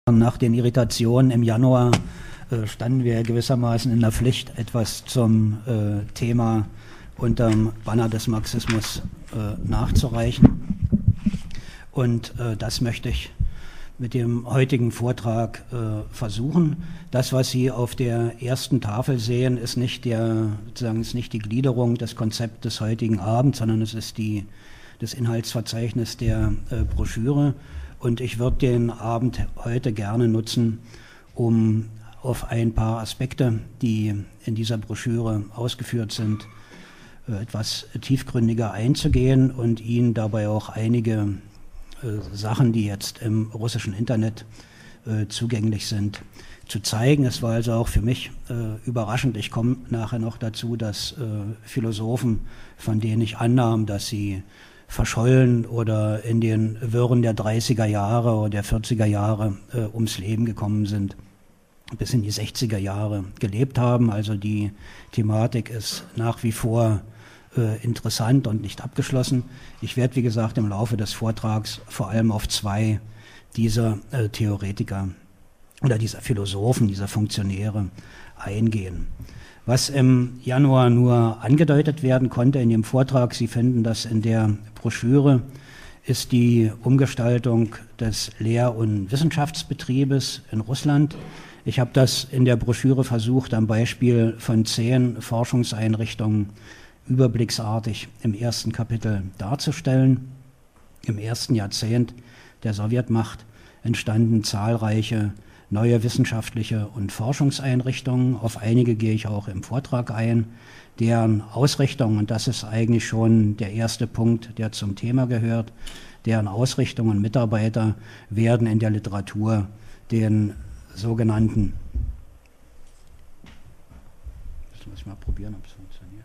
Nach den Irritationen im Januar standen wir gewissermaßen in der Pflicht, etwas zum Thema unterm Banner des Marxismus nachzureichen. Und das möchte ich mit dem heutigen Vortrag versuchen. Das, was Sie auf der ersten Tafel sehen, ist nicht die Gliederung des Konzepts des heutigen Abends, sondern es ist das Inhaltsverzeichnis der Broschüre. Und ich würde den Abend heute gerne nutzen, um auf ein paar Aspekte, die in dieser Broschüre ausgeführt sind, etwas tiefgründiger einzugehen und Ihnen dabei auch einige Sachen, die jetzt im russischen Internet zugänglich sind, zu zeigen. Es war also auch für mich überraschend. Ich komme nachher noch dazu, dass Philosophen, von denen ich annahm, dass sie verschollen oder in den Wirren der 30er Jahre oder der 40er Jahre ums Leben gekommen sind, bis in die 60er Jahre gelebt haben. Also die Thematik ist nach wie vor interessant und nicht abgeschlossen. Ich werde, wie gesagt, im Laufe des Vortrags vor allem auf zwei dieser Theoretiker oder dieser Philosophen, dieser Funktionäre eingehen. Was im Januar nur angedeutet werden konnte in dem Vortrag, Sie finden das in der Broschüre, ist die Umgestaltung des Lehr- und Wissenschaftsbetriebes in Russland. Ich habe das in der Broschüre versucht, am Beispiel von 10 Forschungseinrichtungen überblicksartig im ersten Kapitel darzustellen. Im ersten Jahrzehnt der Sowjetmacht entstanden zahlreiche neue wissenschaftliche und Forschungseinrichtungen. Auf einige gehe ich auch im Vortrag ein, deren Ausrichtung, und das ist eigentlich schon der erste Punkt, der zum Thema gehört, deren Ausrichtung und Mitarbeiter werden in der Literatur den sogenannten, das muss ich mal probieren, ob es funktioniert.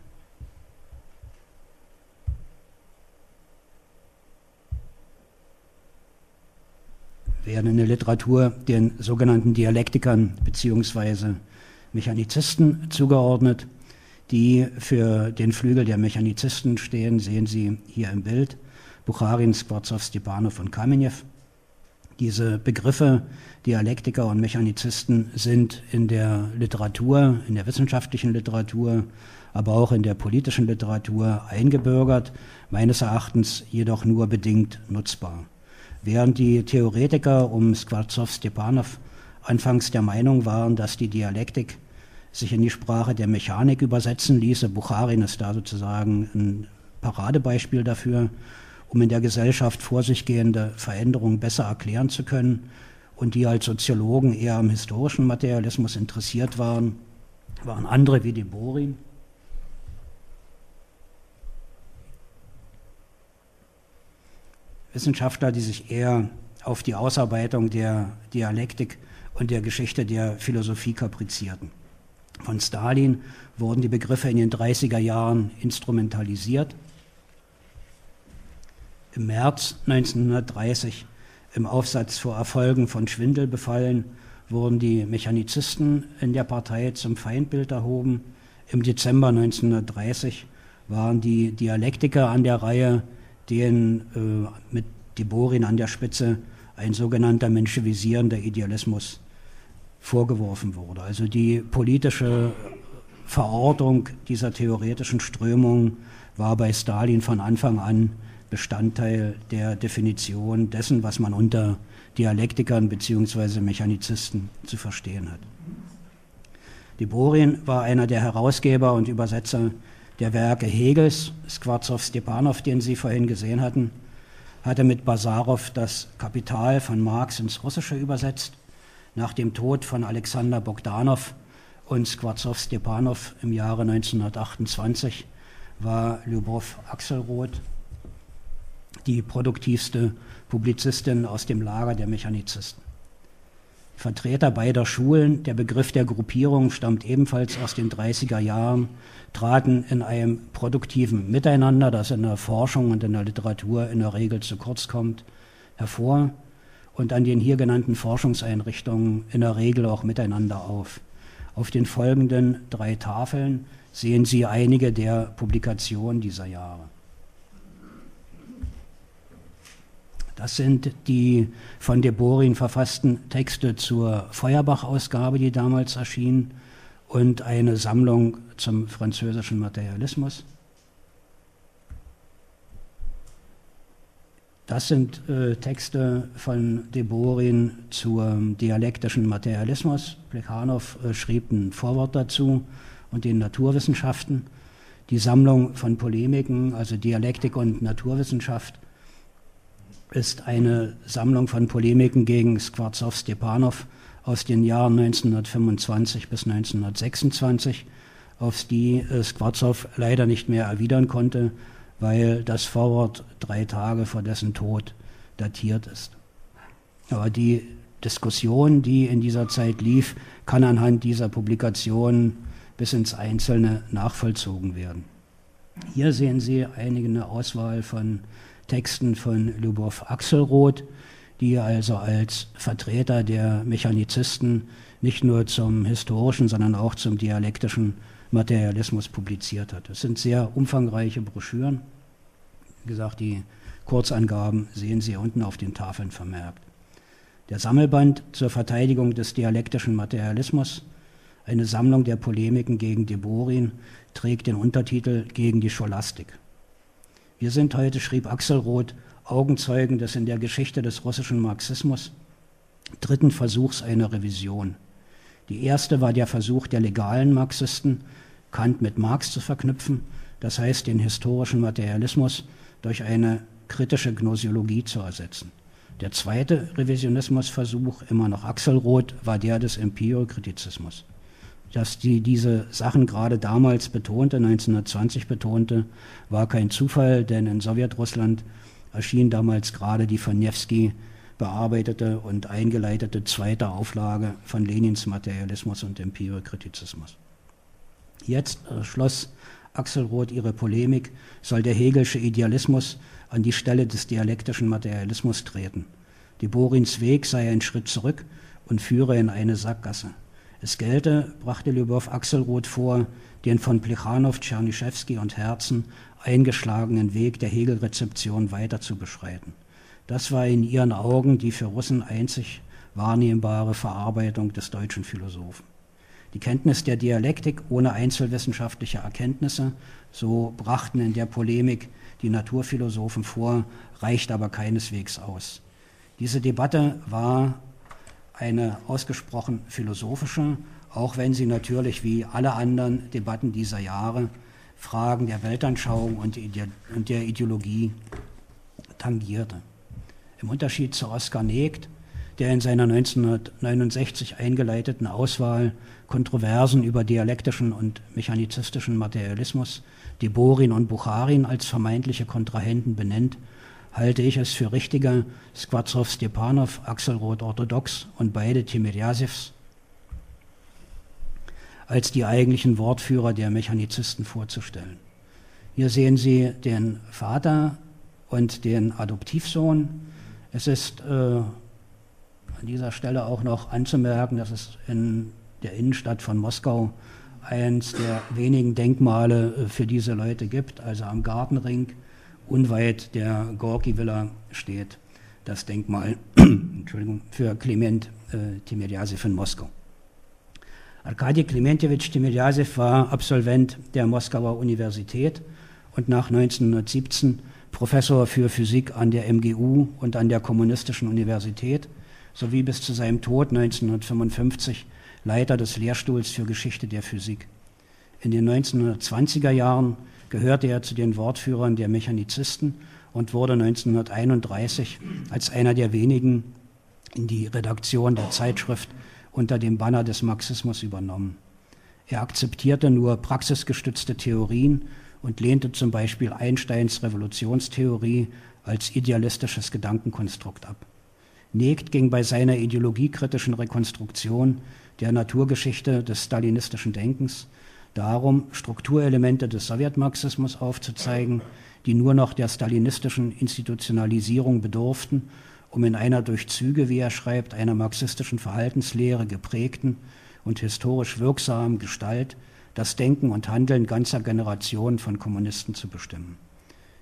Werden in der Literatur den sogenannten Dialektikern bzw. Mechanizisten zugeordnet, die für den Flügel der Mechanizisten stehen, sehen Sie hier im Bild, Bucharin, Skvortsov, Stepanow und Kamenew. Diese Begriffe Dialektiker und Mechanizisten sind in der Literatur, in der wissenschaftlichen Literatur, aber auch in der politischen Literatur eingebürgert, meines Erachtens jedoch nur bedingt nutzbar. Während die Theoretiker um Skvortsov, Stepanow anfangs der Meinung waren, dass die Dialektik sich in die Sprache der Mechanik übersetzen ließe, Bucharin ist da sozusagen ein Paradebeispiel dafür, um in der Gesellschaft vor sich gehende Veränderungen besser erklären zu können, und die als Soziologen eher am historischen Materialismus interessiert waren andere wie Deborin, Wissenschaftler, die sich eher auf die Ausarbeitung der Dialektik und der Geschichte der Philosophie kaprizierten. Von Stalin wurden die Begriffe in den 30er Jahren instrumentalisiert. Im März 1930, im Aufsatz vor Erfolgen von Schwindel befallen, wurden die Mechanizisten in der Partei zum Feindbild erhoben. Im Dezember 1930 waren die Dialektiker an der Reihe, denen mit Deborin an der Spitze ein sogenannter menschewisierender Idealismus vorgeworfen wurde. Also die politische Verortung dieser theoretischen Strömung war bei Stalin von Anfang an Bestandteil der Definition dessen, was man unter Dialektikern bzw. Mechanizisten zu verstehen hat. Deborin war einer der Herausgeber und Übersetzer der Werke Hegels. Skvortsov, Stepanow, den Sie vorhin gesehen hatten, hatte mit Basarow das Kapital von Marx ins Russische übersetzt. Nach dem Tod von Alexander Bogdanow und Skvortsov, Stepanow im Jahre 1928 war Lyubov Axelrod die produktivste Publizistin aus dem Lager der Mechanizisten. Vertreter beider Schulen, der Begriff der Gruppierung stammt ebenfalls aus den 30er Jahren, traten in einem produktiven Miteinander, das in der Forschung und in der Literatur in der Regel zu kurz kommt, hervor und an den hier genannten Forschungseinrichtungen in der Regel auch miteinander auf. Auf den folgenden 3 Tafeln sehen Sie einige der Publikationen dieser Jahre. Das sind die von Deborin verfassten Texte zur Feuerbach-Ausgabe, die damals erschien, und eine Sammlung zum französischen Materialismus. Das sind Texte von Deborin zum dialektischen Materialismus. Plechanow schrieb ein Vorwort dazu und den Naturwissenschaften. Die Sammlung von Polemiken, also Dialektik und Naturwissenschaft, ist eine Sammlung von Polemiken gegen Skwarzow-Stepanow aus den Jahren 1925 bis 1926, auf die Skwarzow leider nicht mehr erwidern konnte, weil das Vorwort 3 Tage vor dessen Tod datiert ist. Aber die Diskussion, die in dieser Zeit lief, kann anhand dieser Publikationen bis ins Einzelne nachvollzogen werden. Hier sehen Sie eine Auswahl von Texten von Lyubov Axelrod, die also als Vertreter der Mechanizisten nicht nur zum historischen, sondern auch zum dialektischen Materialismus publiziert hat. Es sind sehr umfangreiche Broschüren. Wie gesagt, die Kurzangaben sehen Sie unten auf den Tafeln vermerkt. Der Sammelband zur Verteidigung des dialektischen Materialismus, eine Sammlung der Polemiken gegen Deborin, trägt den Untertitel Gegen die Scholastik. Wir sind heute, schrieb Axelrod, Augenzeugen des in der Geschichte des russischen Marxismus 3. Versuchs einer Revision. Die erste war der Versuch der legalen Marxisten, Kant mit Marx zu verknüpfen, das heißt den historischen Materialismus durch eine kritische Gnosiologie zu ersetzen. Der zweite Revisionismusversuch, immer noch Axelrod, war der des Empirokritizismus. Dass die diese Sachen gerade damals betonte, 1920 betonte, war kein Zufall, denn in Sowjetrussland erschien damals gerade die von Newski bearbeitete und eingeleitete 2. Auflage von Lenins Materialismus und Empirokritizismus. Jetzt schloss Axelrod ihre Polemik, soll der Hegelsche Idealismus an die Stelle des dialektischen Materialismus treten. Deborins Weg sei ein Schritt zurück und führe in eine Sackgasse. Es gelte, brachte Lyubov Axelrod vor, den von Plechanow, Tschernyschewski und Herzen eingeschlagenen Weg der Hegel-Rezeption weiter zu beschreiten. Das war in ihren Augen die für Russen einzig wahrnehmbare Verarbeitung des deutschen Philosophen. Die Kenntnis der Dialektik ohne einzelwissenschaftliche Erkenntnisse, so brachten in der Polemik die Naturphilosophen vor, reicht aber keineswegs aus. Diese Debatte war eine ausgesprochen philosophische, auch wenn sie natürlich wie alle anderen Debatten dieser Jahre Fragen der Weltanschauung und der Ideologie tangierte. Im Unterschied zu Oskar Negt, der in seiner 1969 eingeleiteten Auswahl Kontroversen über dialektischen und mechanizistischen Materialismus Deborin und Bucharin als vermeintliche Kontrahenten benennt, halte ich es für richtiger, Skwarzow-Stepanow, Axelrod orthodox und beide Timirjasevs als die eigentlichen Wortführer der Mechanizisten vorzustellen. Hier sehen Sie den Vater und den Adoptivsohn. Es ist an dieser Stelle auch noch anzumerken, dass es in der Innenstadt von Moskau eines der wenigen Denkmale für diese Leute gibt, also am Gartenring, unweit der Gorki-Villa steht das Denkmal für Klement Timirjasew in Moskau. Arkadi Klementjewitsch Timirjasew war Absolvent der Moskauer Universität und nach 1917 Professor für Physik an der MGU und an der Kommunistischen Universität sowie bis zu seinem Tod 1955 Leiter des Lehrstuhls für Geschichte der Physik. In den 1920er Jahren gehörte er zu den Wortführern der Mechanizisten und wurde 1931 als einer der wenigen in die Redaktion der Zeitschrift unter dem Banner des Marxismus übernommen. Er akzeptierte nur praxisgestützte Theorien und lehnte zum Beispiel Einsteins Revolutionstheorie als idealistisches Gedankenkonstrukt ab. Negt ging bei seiner ideologiekritischen Rekonstruktion der Naturgeschichte des stalinistischen Denkens darum, Strukturelemente des Sowjetmarxismus aufzuzeigen, die nur noch der stalinistischen Institutionalisierung bedurften, um in einer durch Züge, wie er schreibt, einer marxistischen Verhaltenslehre geprägten und historisch wirksamen Gestalt das Denken und Handeln ganzer Generationen von Kommunisten zu bestimmen.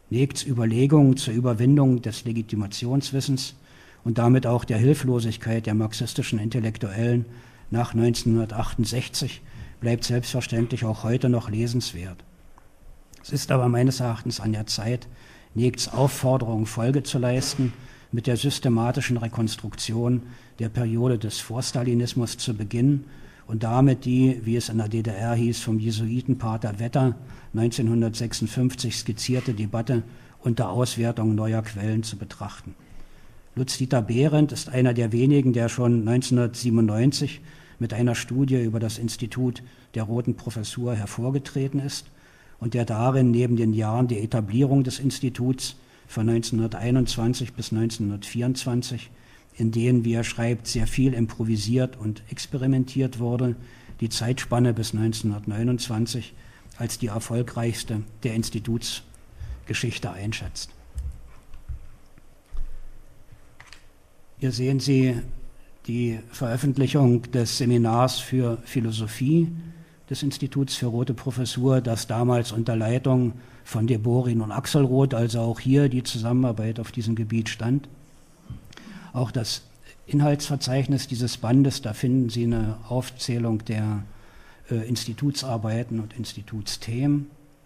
Negts Überlegungen zur Überwindung des Legitimationswissens und damit auch der Hilflosigkeit der marxistischen Intellektuellen nach 1968 bleibt selbstverständlich auch heute noch lesenswert. Es ist aber meines Erachtens an der Zeit, Negts Aufforderung Folge zu leisten, mit der systematischen Rekonstruktion der Periode des Vorstalinismus zu beginnen und damit die, wie es in der DDR hieß, vom Jesuitenpater Wetter 1956 skizzierte Debatte unter Auswertung neuer Quellen zu betrachten. Lutz-Dieter Behrendt ist einer der wenigen, der schon 1997 mit einer Studie über das Institut der Roten Professur hervorgetreten ist und der darin neben den Jahren der Etablierung des Instituts von 1921 bis 1924, in denen, wie er schreibt, sehr viel improvisiert und experimentiert wurde, die Zeitspanne bis 1929 als die erfolgreichste der Institutsgeschichte einschätzt. Hier sehen Sie die Veröffentlichung des Seminars für Philosophie des Instituts für Rote Professur, das damals unter Leitung von de Borin und Axelrod, also auch hier die Zusammenarbeit auf diesem Gebiet stand. Auch das Inhaltsverzeichnis dieses Bandes, da finden Sie eine Aufzählung der Institutsarbeiten und Institutsthemen.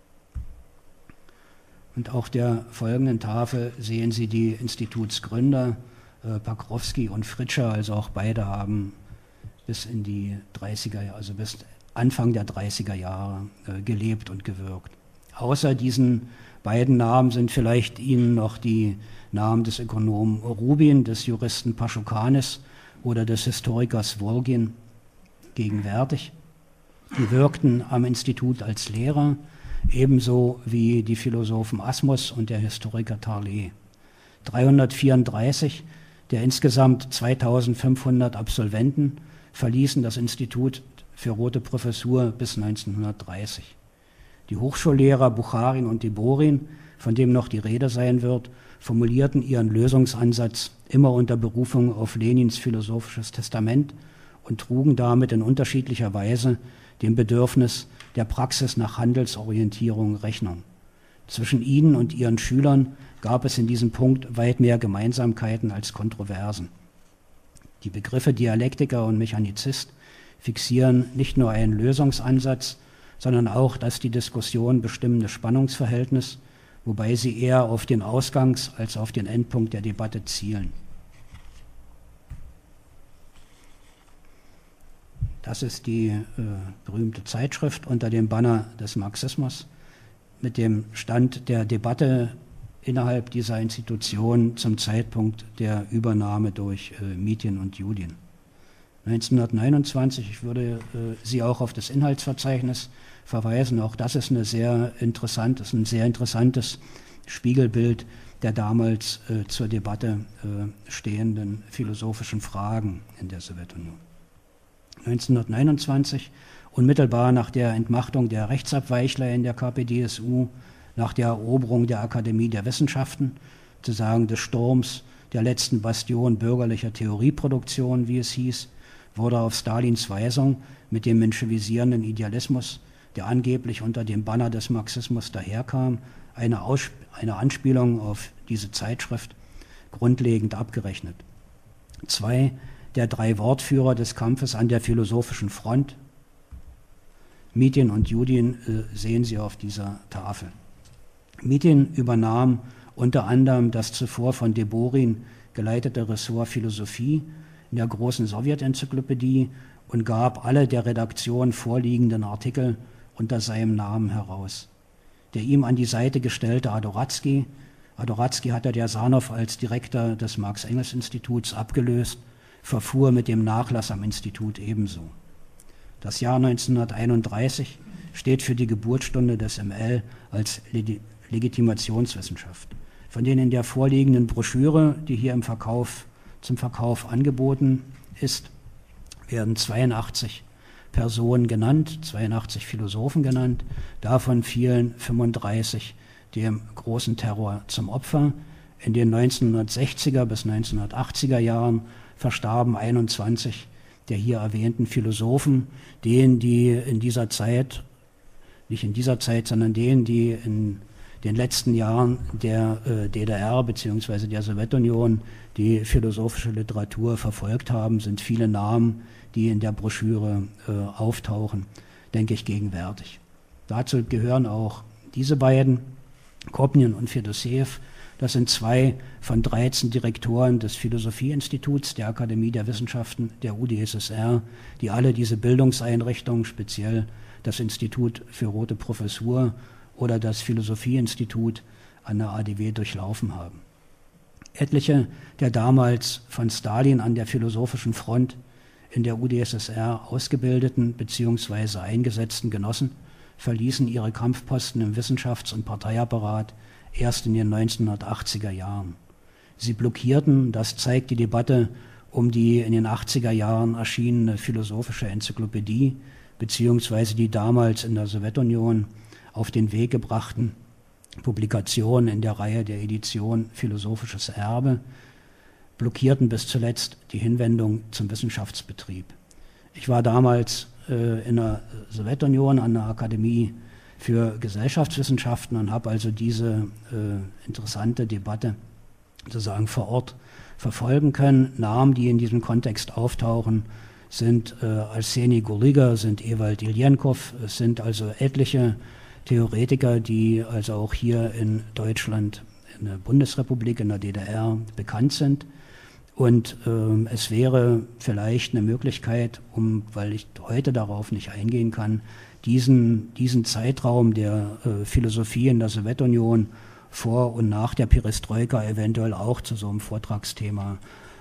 Und auf der folgenden Tafel sehen Sie die Institutsgründer, Pakrowski und Fritscher, also auch beide haben bis in die 30er, also bis Anfang der 30er Jahre gelebt und gewirkt. Außer diesen beiden Namen sind vielleicht Ihnen noch die Namen des Ökonomen Rubin, des Juristen Paschukanis oder des Historikers Wolgin gegenwärtig. Die wirkten am Institut als Lehrer, ebenso wie die Philosophen Asmus und der Historiker Tarlet. 334 der insgesamt 2500 Absolventen verließen das Institut für Rote Professur bis 1930. Die Hochschullehrer Bucharin und de Borin, von dem noch die Rede sein wird, formulierten ihren Lösungsansatz immer unter Berufung auf Lenins philosophisches Testament und trugen damit in unterschiedlicher Weise dem Bedürfnis der Praxis nach Handelsorientierung Rechnung. Zwischen ihnen und ihren Schülern gab es in diesem Punkt weit mehr Gemeinsamkeiten als Kontroversen. Die Begriffe Dialektiker und Mechanizist fixieren nicht nur einen Lösungsansatz, sondern auch das die Diskussion bestimmende Spannungsverhältnis, wobei sie eher auf den Ausgangs- als auf den Endpunkt der Debatte zielen. Das ist die berühmte Zeitschrift unter dem Banner des Marxismus mit dem Stand der Debatte innerhalb dieser Institution zum Zeitpunkt der Übernahme durch Mitin und Judin. 1929, ich würde Sie auch auf das Inhaltsverzeichnis verweisen, auch das ist ein sehr interessantes Spiegelbild der damals zur Debatte stehenden philosophischen Fragen in der Sowjetunion. 1929, unmittelbar nach der Entmachtung der Rechtsabweichler in der KPdSU, nach der Eroberung der Akademie der Wissenschaften, sozusagen des Sturms der letzten Bastion bürgerlicher Theorieproduktion, wie es hieß, wurde auf Stalins Weisung mit dem menschewisierenden Idealismus, der angeblich unter dem Banner des Marxismus daherkam, eine Anspielung auf diese Zeitschrift grundlegend abgerechnet. 2 der 3 Wortführer des Kampfes an der philosophischen Front, Mitin und Judin, sehen Sie auf dieser Tafel. Mitin übernahm unter anderem das zuvor von de Borin geleitete Ressort Philosophie in der großen Sowjetenzyklopädie und gab alle der Redaktion vorliegenden Artikel unter seinem Namen heraus. Der ihm an die Seite gestellte Adoratzky hatte der Sanow als Direktor des Marx-Engels-Instituts abgelöst, verfuhr mit dem Nachlass am Institut ebenso. Das Jahr 1931 steht für die Geburtsstunde des ML als Legitimationswissenschaft. Von den in der vorliegenden Broschüre, die hier zum Verkauf angeboten ist, werden 82 Personen genannt, 82 Philosophen genannt, davon fielen 35 dem großen Terror zum Opfer. In den 1960er bis 1980er Jahren verstarben 21 der hier erwähnten Philosophen, denen, die in dieser Zeit, nicht in dieser Zeit, sondern denen, die in den letzten Jahren der DDR bzw. der Sowjetunion die philosophische Literatur verfolgt haben, sind viele Namen, die in der Broschüre auftauchen, denke ich, gegenwärtig. Dazu gehören auch diese beiden, Kopnin und Fedosseev. Das sind 2 von 13 Direktoren des Philosophieinstituts der Akademie der Wissenschaften der UdSSR, die alle diese Bildungseinrichtungen, speziell das Institut für Rote Professur oder das Philosophieinstitut an der ADW durchlaufen haben. Etliche der damals von Stalin an der philosophischen Front in der UdSSR ausgebildeten bzw. eingesetzten Genossen verließen ihre Kampfposten im Wissenschafts- und Parteiapparat erst in den 1980er Jahren. Sie blockierten, das zeigt die Debatte um die in den 80er Jahren erschienene philosophische Enzyklopädie beziehungsweise die damals in der Sowjetunion auf den Weg gebrachten Publikationen in der Reihe der Edition Philosophisches Erbe, blockierten bis zuletzt die Hinwendung zum Wissenschaftsbetrieb. Ich war damals in der Sowjetunion an der Akademie für Gesellschaftswissenschaften und habe also diese interessante Debatte sozusagen vor Ort verfolgen können. Namen, die in diesem Kontext auftauchen, sind Arseni Goliga, sind Ewald Ilienkov, es sind also etliche Theoretiker, die also auch hier in Deutschland, in der Bundesrepublik, in der DDR bekannt sind. Und es wäre vielleicht eine Möglichkeit, weil ich heute darauf nicht eingehen kann, diesen Zeitraum der Philosophie in der Sowjetunion vor und nach der Perestroika eventuell auch zu so einem Vortragsthema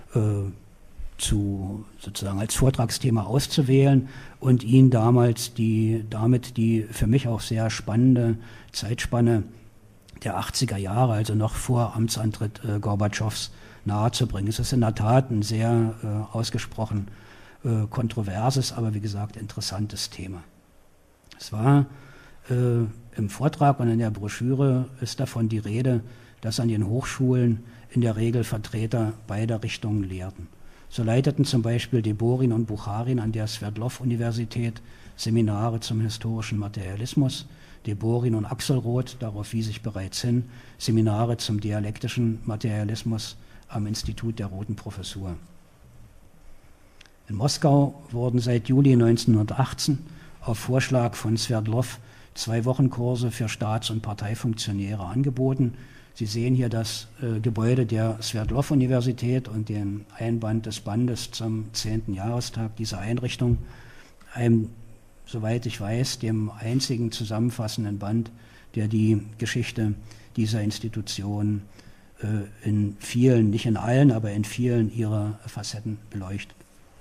sozusagen als Vortragsthema auszuwählen und ihn damit die für mich auch sehr spannende Zeitspanne der 80er Jahre, also noch vor Amtsantritt Gorbatschows, nahezubringen. Es ist in der Tat ein sehr ausgesprochen kontroverses, aber wie gesagt interessantes Thema. Es war im Vortrag und in der Broschüre ist davon die Rede, dass an den Hochschulen in der Regel Vertreter beider Richtungen lehrten. So leiteten zum Beispiel Deborin und Bucharin an der Sverdlov-Universität Seminare zum historischen Materialismus, Deborin und Axelrod, darauf wies ich bereits hin, Seminare zum dialektischen Materialismus am Institut der Roten Professur. In Moskau wurden seit Juli 1918 auf Vorschlag von Sverdlov 2 Wochenkurse für Staats- und Parteifunktionäre angeboten. Sie sehen hier das Gebäude der Sverdlov-Universität und den Einband des Bandes zum 10. Jahrestag dieser Einrichtung, einem, soweit ich weiß, dem einzigen zusammenfassenden Band, der die Geschichte dieser Institution in vielen, nicht in allen, aber in vielen ihrer Facetten beleuchtet.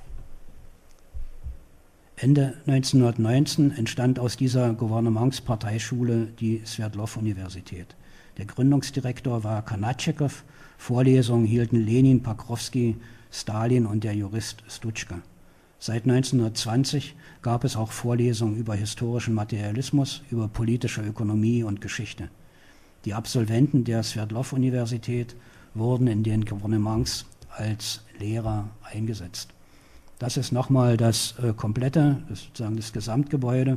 Ende 1919 entstand aus dieser Gouvernementsparteischule die Sverdlov-Universität. Der Gründungsdirektor war Kanatschekow, Vorlesungen hielten Lenin, Pakrovsky, Stalin und der Jurist Stutschka. Seit 1920 gab es auch Vorlesungen über historischen Materialismus, über politische Ökonomie und Geschichte. Die Absolventen der Sverdlov-Universität wurden in den Gouvernements als Lehrer eingesetzt. Das ist nochmal das komplette, sozusagen das Gesamtgebäude.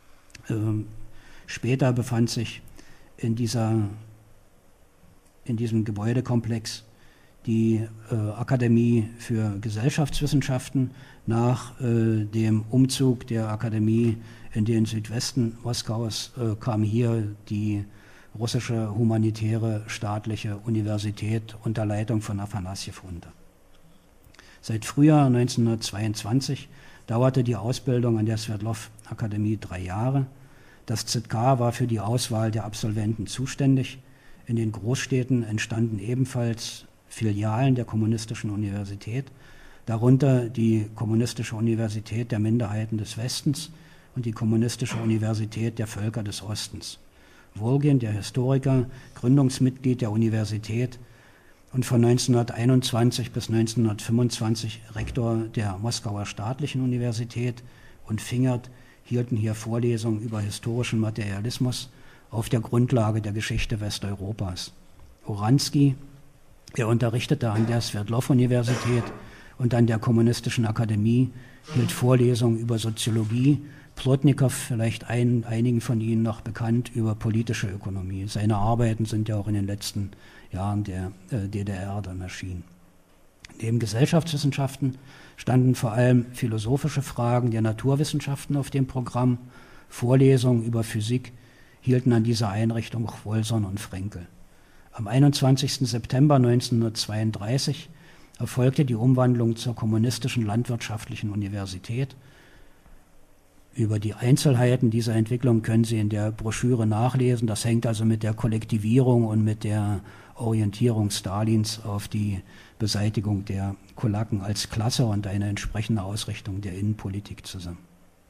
Später befand sich in diesem Gebäudekomplex die Akademie für Gesellschaftswissenschaften. Nach dem Umzug der Akademie in den Südwesten Moskaus kam hier die russische humanitäre staatliche Universität unter Leitung von Afanassjew unter. Seit Frühjahr 1922 dauerte die Ausbildung an der Sverdlov-Akademie 3 Jahre. Das ZK war für die Auswahl der Absolventen zuständig. In den Großstädten entstanden ebenfalls Filialen der Kommunistischen Universität, darunter die Kommunistische Universität der Minderheiten des Westens und die Kommunistische Universität der Völker des Ostens. Wolgin, der Historiker, Gründungsmitglied der Universität und von 1921 bis 1925 Rektor der Moskauer Staatlichen Universität, und Fingert hielten hier Vorlesungen über historischen Materialismus auf der Grundlage der Geschichte Westeuropas. Oransky, er unterrichtete an der Sverdlov-Universität und an der Kommunistischen Akademie, hielt Vorlesungen über Soziologie, Plotnikow, vielleicht einigen von Ihnen noch bekannt, über politische Ökonomie. Seine Arbeiten sind ja auch in den letzten Jahren der DDR dann erschienen. Neben Gesellschaftswissenschaften standen vor allem philosophische Fragen der Naturwissenschaften auf dem Programm. Vorlesungen über Physik hielten an dieser Einrichtung auch Wolson und Frenkel. Am 21. September 1932 erfolgte die Umwandlung zur kommunistischen landwirtschaftlichen Universität. Über die Einzelheiten dieser Entwicklung können Sie in der Broschüre nachlesen. Das hängt also mit der Kollektivierung und mit der Orientierung Stalins auf die Beseitigung der Kulaken als Klasse und eine entsprechende Ausrichtung der Innenpolitik zusammen.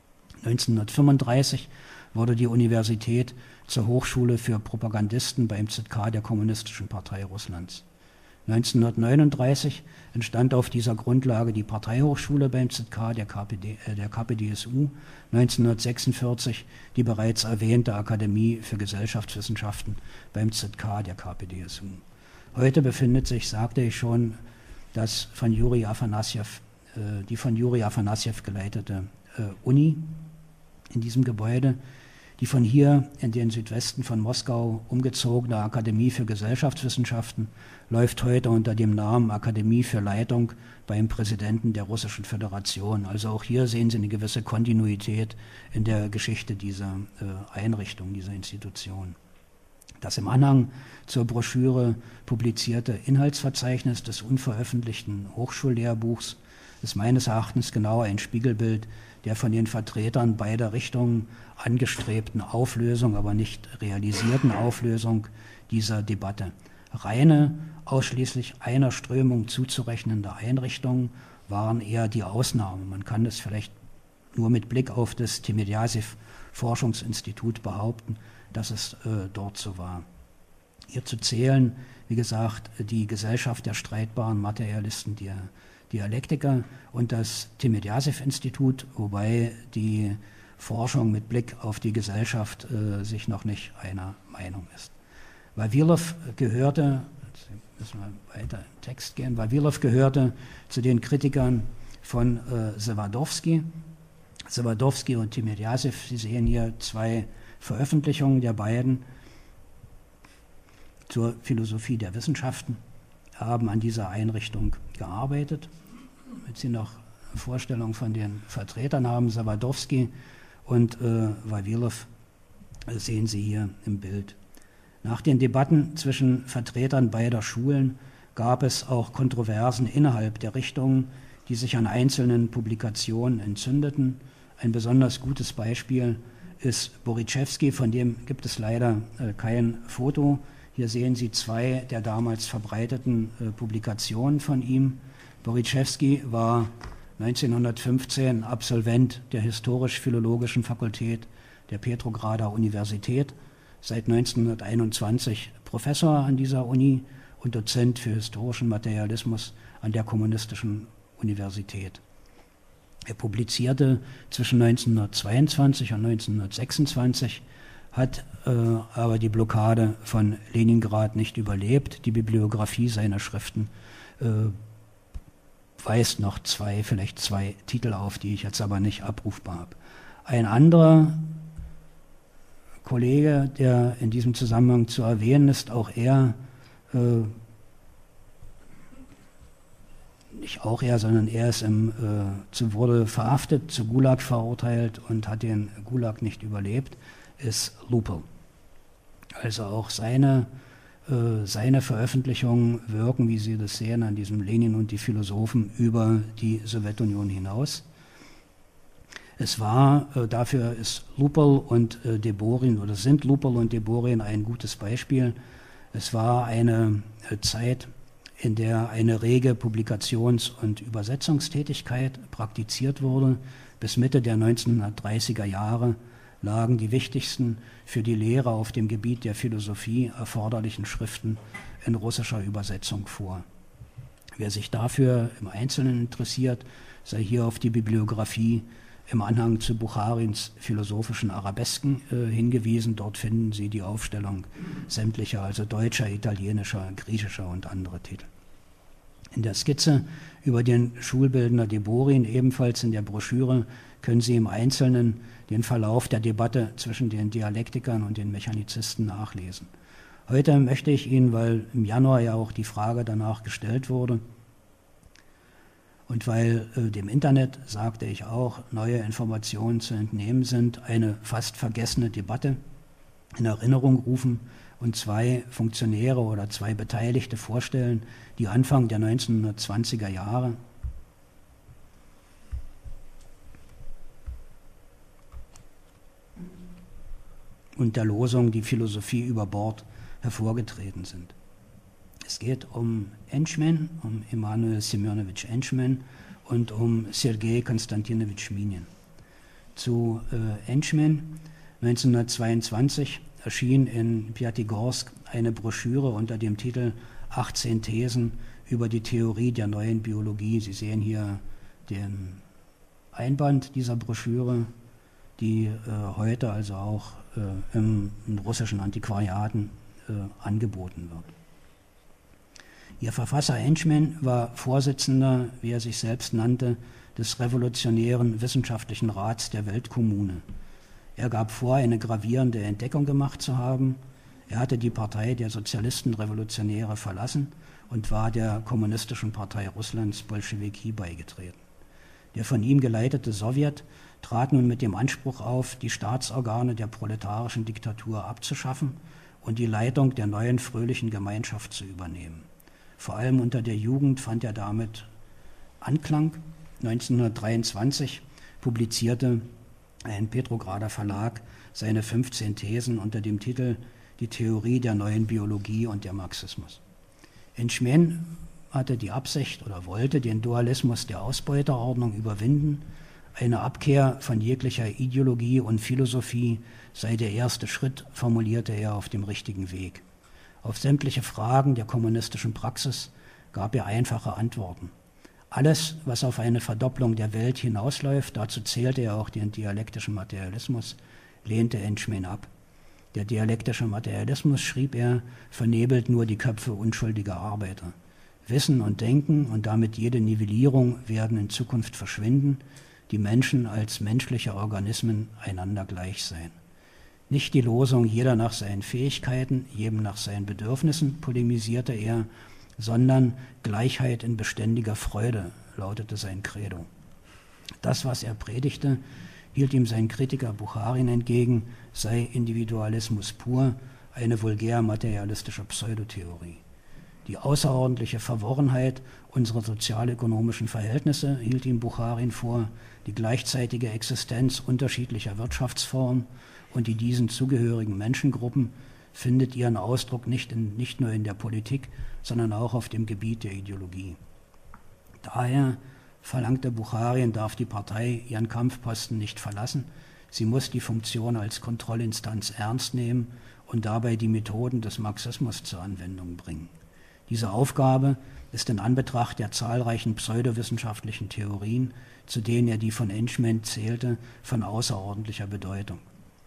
1935 wurde die Universität zur Hochschule für Propagandisten beim ZK der Kommunistischen Partei Russlands. 1939 entstand auf dieser Grundlage die Parteihochschule beim ZK der KPDSU, 1946 die bereits erwähnte Akademie für Gesellschaftswissenschaften beim ZK der KPDSU. Heute befindet sich, sagte ich schon, die von Juri Afanasjew geleitete Uni in diesem Gebäude. Die von hier in den Südwesten von Moskau umgezogene Akademie für Gesellschaftswissenschaften läuft heute unter dem Namen Akademie für Leitung beim Präsidenten der Russischen Föderation. Also auch hier sehen Sie eine gewisse Kontinuität in der Geschichte dieser Einrichtung, dieser Institution. Das im Anhang zur Broschüre publizierte Inhaltsverzeichnis des unveröffentlichten Hochschullehrbuchs ist meines Erachtens genau ein Spiegelbild der von den Vertretern beider Richtungen angestrebten Auflösung, aber nicht realisierten Auflösung dieser Debatte. Reine, ausschließlich einer Strömung zuzurechnende Einrichtungen waren eher die Ausnahme. Man kann das vielleicht nur mit Blick auf das Timirjasew-Forschungsinstitut behaupten, dass es dort so war. Hier zu zählen, wie gesagt, die Gesellschaft der streitbaren Materialisten, der Dialektiker und das Timirjasew-Institut, wobei die Forschung mit Blick auf die Gesellschaft sich noch nicht einer Meinung ist. Vavilov gehörte, jetzt müssen wir weiter im Text gehen, Vavilov gehörte zu den Kritikern von Sewardowski. Sewardowski und Timirjasew, Sie sehen hier zwei Veröffentlichungen der beiden zur Philosophie der Wissenschaften, haben an dieser Einrichtung gearbeitet. Wenn Sie noch eine Vorstellung von den Vertretern haben, Sewardowski und Vavilov, sehen Sie hier im Bild. Nach den Debatten zwischen Vertretern beider Schulen gab es auch Kontroversen innerhalb der Richtungen, die sich an einzelnen Publikationen entzündeten. Ein besonders gutes Beispiel ist Borytschewski, von dem gibt es leider kein Foto. Hier sehen Sie zwei der damals verbreiteten Publikationen von ihm. Borytschewski war 1915 Absolvent der Historisch-Philologischen Fakultät der Petrograder Universität, seit 1921 Professor an dieser Uni und Dozent für historischen Materialismus an der Kommunistischen Universität. Er publizierte zwischen 1922 und 1926, hat aber die Blockade von Leningrad nicht überlebt. Die Bibliografie seiner Schriften weist noch vielleicht zwei Titel auf, die ich jetzt aber nicht abrufbar habe. Ein anderer Kollege, der in diesem Zusammenhang zu erwähnen ist, auch er, nicht auch er, sondern er ist wurde verhaftet, zu Gulag verurteilt und hat den Gulag nicht überlebt, ist Lupel. Also auch seine Veröffentlichungen wirken, wie Sie das sehen, an diesem Lenin und die Philosophen über die Sowjetunion hinaus. Es war, dafür ist Lupel und Deborin, oder sind Lupel und Deborin ein gutes Beispiel. Es war eine Zeit, in der eine rege Publikations- und Übersetzungstätigkeit praktiziert wurde. Bis Mitte der 1930er Jahre lagen die wichtigsten für die Lehre auf dem Gebiet der Philosophie erforderlichen Schriften in russischer Übersetzung vor. Wer sich dafür im Einzelnen interessiert, sei hier auf die Bibliografie im Anhang zu Bukharins philosophischen Arabesken hingewiesen. Dort finden Sie die Aufstellung sämtlicher, also deutscher, italienischer, griechischer und anderer Titel. In der Skizze über den Schulbildner Deborin, ebenfalls in der Broschüre, können Sie im Einzelnen den Verlauf der Debatte zwischen den Dialektikern und den Mechanizisten nachlesen. Heute möchte ich Ihnen, weil im Januar ja auch die Frage danach gestellt wurde und weil dem Internet, sagte ich auch, neue Informationen zu entnehmen sind, eine fast vergessene Debatte in Erinnerung rufen und zwei Funktionäre oder zwei Beteiligte vorstellen, die Anfang der 1920er Jahre und der Losung Die Philosophie über Bord hervorgetreten sind. Es geht um Enchman, um Emanuel Semjonowitsch Enchman und um Sergei Konstantinowitsch Minin. Zu Enchman 1922 erschien in Pjatigorsk eine Broschüre unter dem Titel 18 Thesen über die Theorie der neuen Biologie. Sie sehen hier den Einband dieser Broschüre, die heute also auch in russischen Antiquariaten angeboten wird. Ihr Verfasser Enchman war Vorsitzender, wie er sich selbst nannte, des Revolutionären Wissenschaftlichen Rats der Weltkommune. Er gab vor, eine gravierende Entdeckung gemacht zu haben. Er hatte die Partei der Sozialisten-Revolutionäre verlassen und war der Kommunistischen Partei Russlands Bolschewiki beigetreten. Der von ihm geleitete Sowjet trat nun mit dem Anspruch auf, die Staatsorgane der proletarischen Diktatur abzuschaffen und die Leitung der neuen fröhlichen Gemeinschaft zu übernehmen. Vor allem unter der Jugend fand er damit Anklang. 1923 publizierte ein Petrograder Verlag seine 15 Thesen unter dem Titel Die Theorie der neuen Biologie und der Marxismus. Enchman hatte die Absicht oder wollte den Dualismus der Ausbeuterordnung überwinden. Eine Abkehr von jeglicher Ideologie und Philosophie sei der erste Schritt, formulierte er, auf dem richtigen Weg. Auf sämtliche Fragen der kommunistischen Praxis gab er einfache Antworten. Alles, was auf eine Verdopplung der Welt hinausläuft, dazu zählte er auch den dialektischen Materialismus, lehnte Enchman ab. Der dialektische Materialismus, schrieb er, vernebelt nur die Köpfe unschuldiger Arbeiter. Wissen und Denken und damit jede Nivellierung werden in Zukunft verschwinden, die Menschen als menschliche Organismen einander gleich sein. Nicht die Losung jeder nach seinen Fähigkeiten, jedem nach seinen Bedürfnissen, polemisierte er, sondern Gleichheit in beständiger Freude, lautete sein Credo. Das, was er predigte, hielt ihm sein Kritiker Bukharin entgegen, sei Individualismus pur, eine vulgär materialistische Pseudotheorie. Die außerordentliche Verworrenheit unserer sozialökonomischen Verhältnisse hielt ihm Bukharin vor, die gleichzeitige Existenz unterschiedlicher Wirtschaftsformen und die diesen zugehörigen Menschengruppen findet ihren Ausdruck nicht nur in der Politik, sondern auch auf dem Gebiet der Ideologie. Daher, verlangte Bukharin, darf die Partei ihren Kampfposten nicht verlassen. Sie muss die Funktion als Kontrollinstanz ernst nehmen und dabei die Methoden des Marxismus zur Anwendung bringen. Diese Aufgabe ist in Anbetracht der zahlreichen pseudowissenschaftlichen Theorien, zu denen er die von Enchman zählte, von außerordentlicher Bedeutung.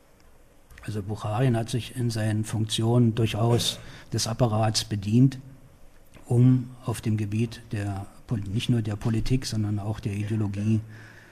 Also Bukharin hat sich in seinen Funktionen durchaus des Apparats bedient, um auf dem Gebiet nicht nur der Politik, sondern auch der Ideologie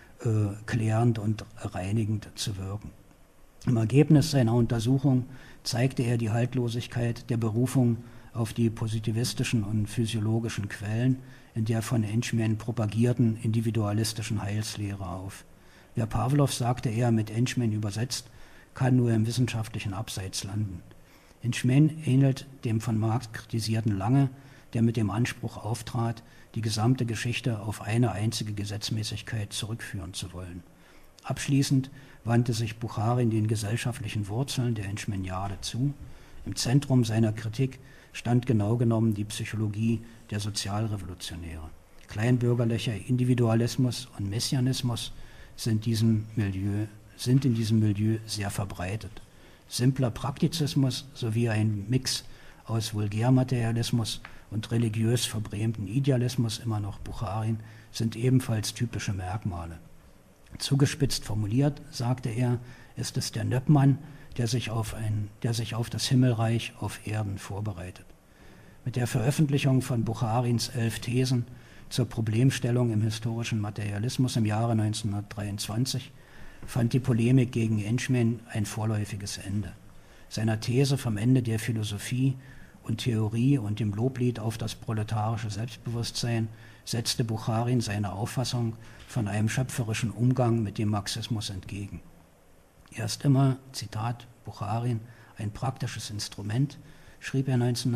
klärend und reinigend zu wirken. Im Ergebnis seiner Untersuchung zeigte er die Haltlosigkeit der Berufung auf die positivistischen und physiologischen Quellen in der von Enchman propagierten individualistischen Heilslehre auf. Wer Pawlow, sagte er, mit Enchman übersetzt, kann nur im wissenschaftlichen Abseits landen. Enchman ähnelt dem von Marx kritisierten Lange, der mit dem Anspruch auftrat, die gesamte Geschichte auf eine einzige Gesetzmäßigkeit zurückführen zu wollen. Abschließend wandte sich Bukharin den gesellschaftlichen Wurzeln der Enchmaniade zu. Im Zentrum seiner Kritik stand genau genommen die Psychologie der Sozialrevolutionäre. Kleinbürgerlicher Individualismus und Messianismus sind in diesem Milieu sehr verbreitet. Simpler Praktizismus sowie ein Mix aus Vulgärmaterialismus und religiös verbrämten Idealismus, immer noch Bukharin, sind ebenfalls typische Merkmale. Zugespitzt formuliert, sagte er, ist es der Nöppmann, der sich auf das Himmelreich auf Erden vorbereitet. Mit der Veröffentlichung von Bukharins 11 Thesen zur Problemstellung im historischen Materialismus im Jahre 1923 fand die Polemik gegen Enchmin ein vorläufiges Ende. Seiner These vom Ende der Philosophie und Theorie und dem Loblied auf das proletarische Selbstbewusstsein setzte Bukharin seine Auffassung von einem schöpferischen Umgang mit dem Marxismus entgegen. Er ist immer, Zitat Bukharin, ein praktisches Instrument, schrieb er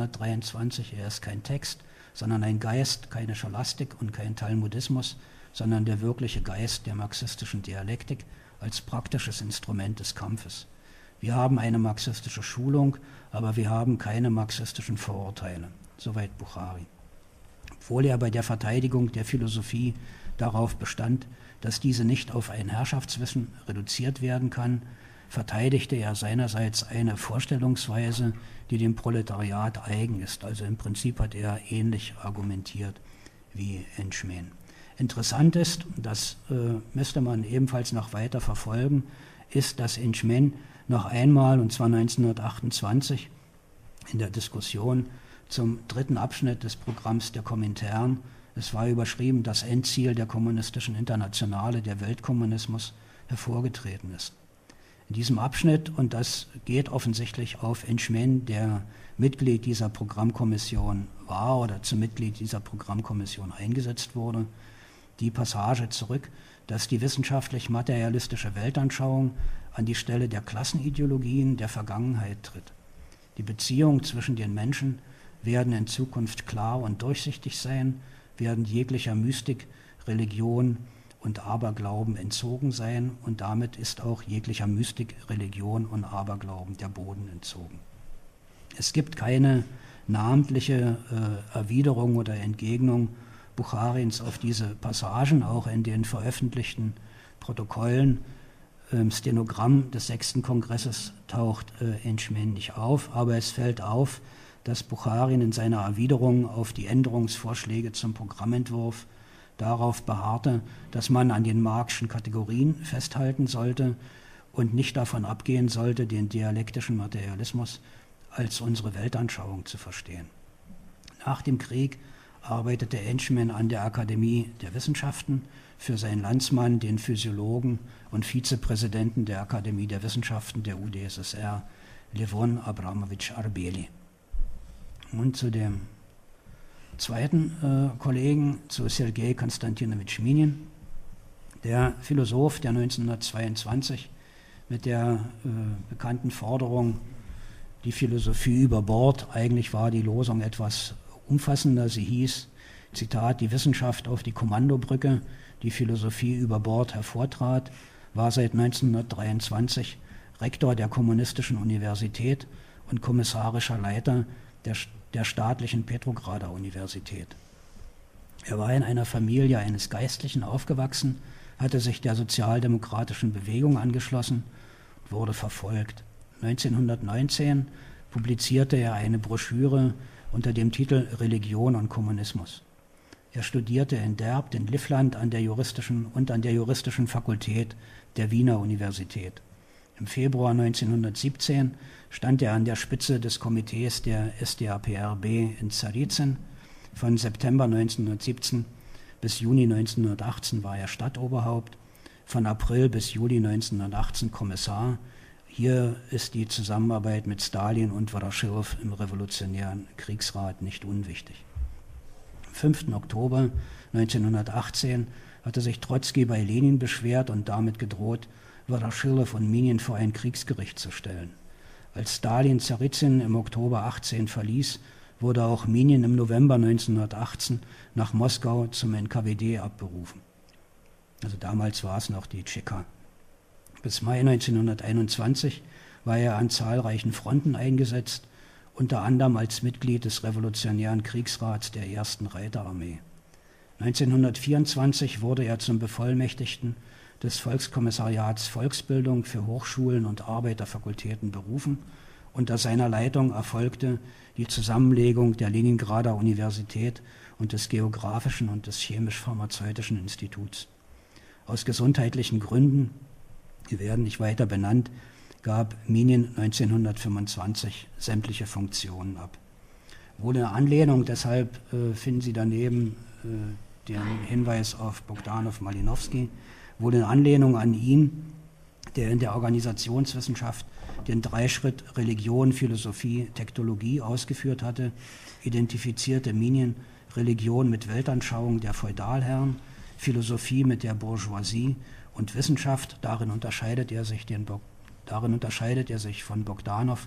1923, er ist kein Text, sondern ein Geist, keine Scholastik und kein Talmudismus, sondern der wirkliche Geist der marxistischen Dialektik als praktisches Instrument des Kampfes. Wir haben eine marxistische Schulung, aber wir haben keine marxistischen Vorurteile. Soweit Bukharin. Obwohl er bei der Verteidigung der Philosophie darauf bestand, dass diese nicht auf ein Herrschaftswissen reduziert werden kann, verteidigte er seinerseits eine Vorstellungsweise, die dem Proletariat eigen ist. Also im Prinzip hat er ähnlich argumentiert wie Enchmin. Interessant ist, das müsste man ebenfalls noch weiter verfolgen, ist, dass Enchmin noch einmal, und zwar 1928, in der Diskussion zum dritten Abschnitt des Programms der Komintern, es war überschrieben, das Endziel der kommunistischen Internationale, der Weltkommunismus, hervorgetreten ist. In diesem Abschnitt, und das geht offensichtlich auf Enchmin, der Mitglied dieser Programmkommission war oder zum Mitglied dieser Programmkommission eingesetzt wurde, die Passage zurück, dass die wissenschaftlich-materialistische Weltanschauung an die Stelle der Klassenideologien der Vergangenheit tritt. Die Beziehungen zwischen den Menschen werden in Zukunft klar und durchsichtig sein, werden jeglicher Mystik, Religion und Aberglauben entzogen sein und damit ist auch jeglicher Mystik, Religion und Aberglauben der Boden entzogen. Es gibt keine namentliche Erwiderung oder Entgegnung Bukharins auf diese Passagen, auch in den veröffentlichten Protokollen. Im Stenogramm des 6. Kongresses taucht Enchmin nicht auf, aber es fällt auf, dass Bukharin in seiner Erwiderung auf die Änderungsvorschläge zum Programmentwurf darauf beharrte, dass man an den Marxischen Kategorien festhalten sollte und nicht davon abgehen sollte, den dialektischen Materialismus als unsere Weltanschauung zu verstehen. Nach dem Krieg arbeitete Enchmin an der Akademie der Wissenschaften für seinen Landsmann, den Physiologen und Vizepräsidenten der Akademie der Wissenschaften der UdSSR, Levon Abramowitsch Arbeli. Und zu dem zweiten Kollegen, zu Sergei Konstantinowitsch Minin, der Philosoph, der 1922 mit der bekannten Forderung, die Philosophie über Bord, eigentlich war die Losung etwas umfassender, sie hieß, Zitat, die Wissenschaft auf die Kommandobrücke, die Philosophie über Bord hervortrat, war seit 1923 Rektor der Kommunistischen Universität und kommissarischer Leiter der staatlichen Petrograder Universität. Er war in einer Familie eines Geistlichen aufgewachsen, hatte sich der sozialdemokratischen Bewegung angeschlossen, wurde verfolgt. 1919 publizierte er eine Broschüre unter dem Titel Religion und Kommunismus. Er studierte in Derbt in Livland an der juristischen Fakultät der Wiener Universität. Im Februar 1917 stand er an der Spitze des Komitees der SDAPRB in Tsarizen. Von September 1917 bis Juni 1918 war er Stadtoberhaupt, von April bis Juli 1918 Kommissar. Hier ist die Zusammenarbeit mit Stalin und Woroschilow im Revolutionären Kriegsrat nicht unwichtig. Am 5. Oktober 1918 hatte sich Trotzki bei Lenin beschwert und damit gedroht, Woroschilow und Minin vor ein Kriegsgericht zu stellen. Als Stalin Tsarizen im Oktober 18 verließ, wurde auch Minin im November 1918 nach Moskau zum NKWD abberufen. Also damals war es noch die Tscheka. Bis Mai 1921 war er an zahlreichen Fronten eingesetzt, unter anderem als Mitglied des Revolutionären Kriegsrats der 1. Reiterarmee. 1924 wurde er zum Bevollmächtigten des Volkskommissariats Volksbildung für Hochschulen und Arbeiterfakultäten berufen. Unter seiner Leitung erfolgte die Zusammenlegung der Leningrader Universität und des Geographischen und des Chemisch-Pharmazeutischen Instituts. Aus gesundheitlichen Gründen, die werden nicht weiter benannt, gab Minin 1925 sämtliche Funktionen ab. Wohl in Anlehnung, deshalb finden Sie daneben den Hinweis auf Bogdanow-Malinowski, wohl in Anlehnung an ihn, der in der Organisationswissenschaft den Dreischritt Religion, Philosophie, Tektologie ausgeführt hatte, identifizierte Minin Religion mit Weltanschauung der Feudalherren, Philosophie mit der Bourgeoisie und Wissenschaft, darin unterscheidet er sich von Bogdanow,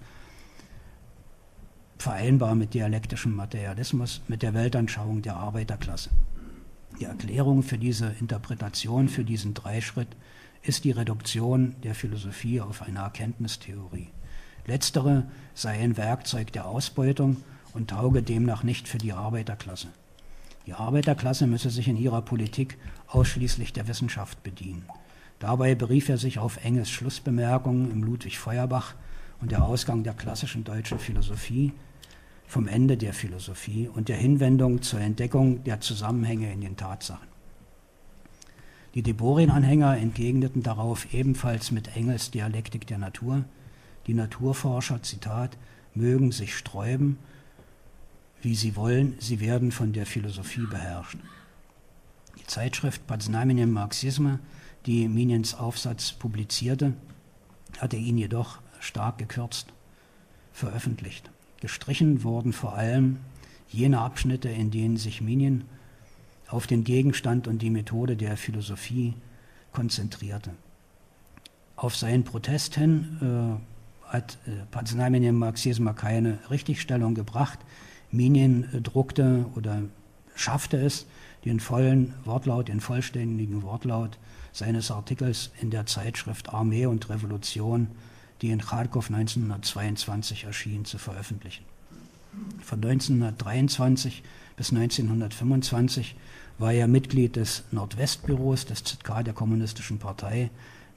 vereinbar mit dialektischem Materialismus, mit der Weltanschauung der Arbeiterklasse. Die Erklärung für diese Interpretation, für diesen Dreischritt, ist die Reduktion der Philosophie auf eine Erkenntnistheorie. Letztere sei ein Werkzeug der Ausbeutung und tauge demnach nicht für die Arbeiterklasse. Die Arbeiterklasse müsse sich in ihrer Politik ausschließlich der Wissenschaft bedienen. Dabei berief er sich auf Engels Schlussbemerkungen im Ludwig Feuerbach und der Ausgang der klassischen deutschen Philosophie vom Ende der Philosophie und der Hinwendung zur Entdeckung der Zusammenhänge in den Tatsachen. Die Deborin-Anhänger entgegneten darauf ebenfalls mit Engels Dialektik der Natur. Die Naturforscher, Zitat, mögen sich sträuben, wie sie wollen, sie werden von der Philosophie beherrscht. Die Zeitschrift Poznamenjem Marxisme, die Minins Aufsatz publizierte, hatte ihn jedoch stark gekürzt veröffentlicht. Gestrichen wurden vor allem jene Abschnitte, in denen sich Minin auf den Gegenstand und die Methode der Philosophie konzentrierte. Auf seinen Protest hin hat Poznamenjem Marxisme keine Richtigstellung gebracht. Minin druckte oder schaffte es, den vollen Wortlaut, den vollständigen Wortlaut seines Artikels in der Zeitschrift Armee und Revolution, die in Charkow 1922 erschien, zu veröffentlichen. Von 1923 bis 1925 war er Mitglied des Nordwestbüros des ZK der Kommunistischen Partei.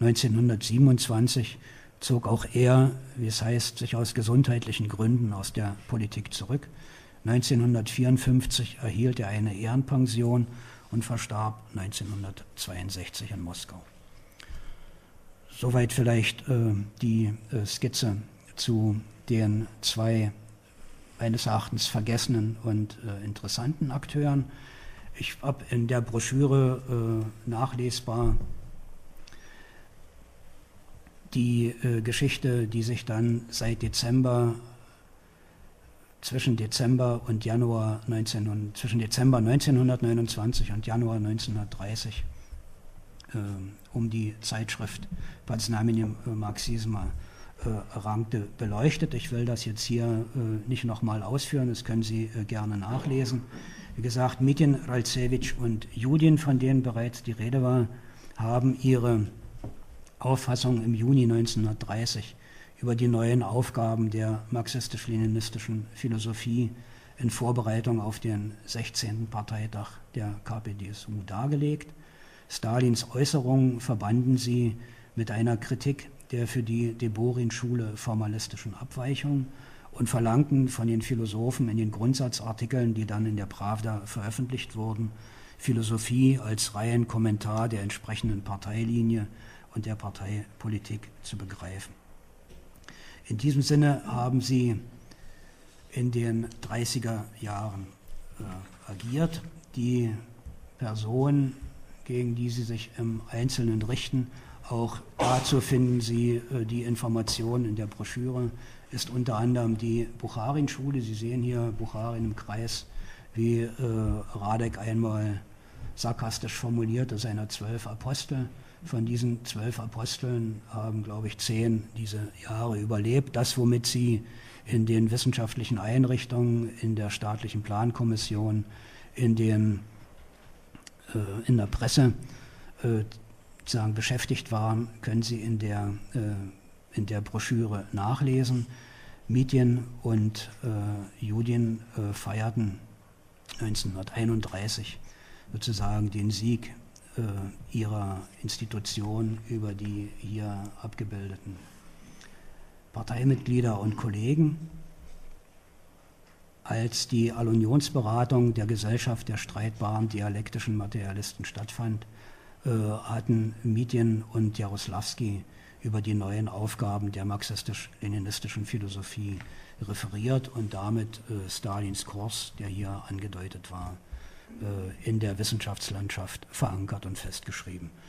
1927 zog auch er, wie es heißt, sich aus gesundheitlichen Gründen aus der Politik zurück. 1954 erhielt er eine Ehrenpension und verstarb 1962 in Moskau. Soweit vielleicht die Skizze zu den zwei meines Erachtens vergessenen und interessanten Akteuren. Ich habe in der Broschüre nachlesbar die Geschichte, die sich dann seit zwischen Dezember 1929 und Januar 1930 um die Zeitschrift Poznamenjem Marxisme rankte, beleuchtet. Ich will das jetzt hier nicht nochmal ausführen, das können Sie gerne nachlesen. Wie gesagt, Mitin, Raltsevich und Judin, von denen bereits die Rede war, haben ihre Auffassung im Juni 1930 über die neuen Aufgaben der marxistisch-leninistischen Philosophie in Vorbereitung auf den 16. Parteitag der KPDSU dargelegt. Stalins Äußerungen verbanden sie mit einer Kritik der für die Deborin-Schule formalistischen Abweichung und verlangten von den Philosophen in den Grundsatzartikeln, die dann in der Pravda veröffentlicht wurden, Philosophie als reinen Kommentar der entsprechenden Parteilinie und der Parteipolitik zu begreifen. In diesem Sinne haben sie in den 30er Jahren agiert. Die Personen, gegen die sie sich im Einzelnen richten, auch dazu finden Sie die Informationen in der Broschüre, ist unter anderem die Bukharin-Schule. Sie sehen hier Bukharin im Kreis, wie Radek einmal sarkastisch formulierte, seiner 12 Apostel. Von diesen 12 Aposteln haben, glaube ich, 10 diese Jahre überlebt. Das, womit sie in den wissenschaftlichen Einrichtungen, in der staatlichen Plankommission, in der Presse beschäftigt waren, können Sie in der Broschüre nachlesen. Mitin und Judin feierten 1931 sozusagen den Sieg ihrer Institution über die hier abgebildeten Parteimitglieder und Kollegen. Als die Allunionsberatung der Gesellschaft der streitbaren dialektischen Materialisten stattfand, hatten Mitin und Jaroslawski über die neuen Aufgaben der marxistisch-leninistischen Philosophie referiert und damit Stalins Kurs, der hier angedeutet war, in der Wissenschaftslandschaft verankert und festgeschrieben.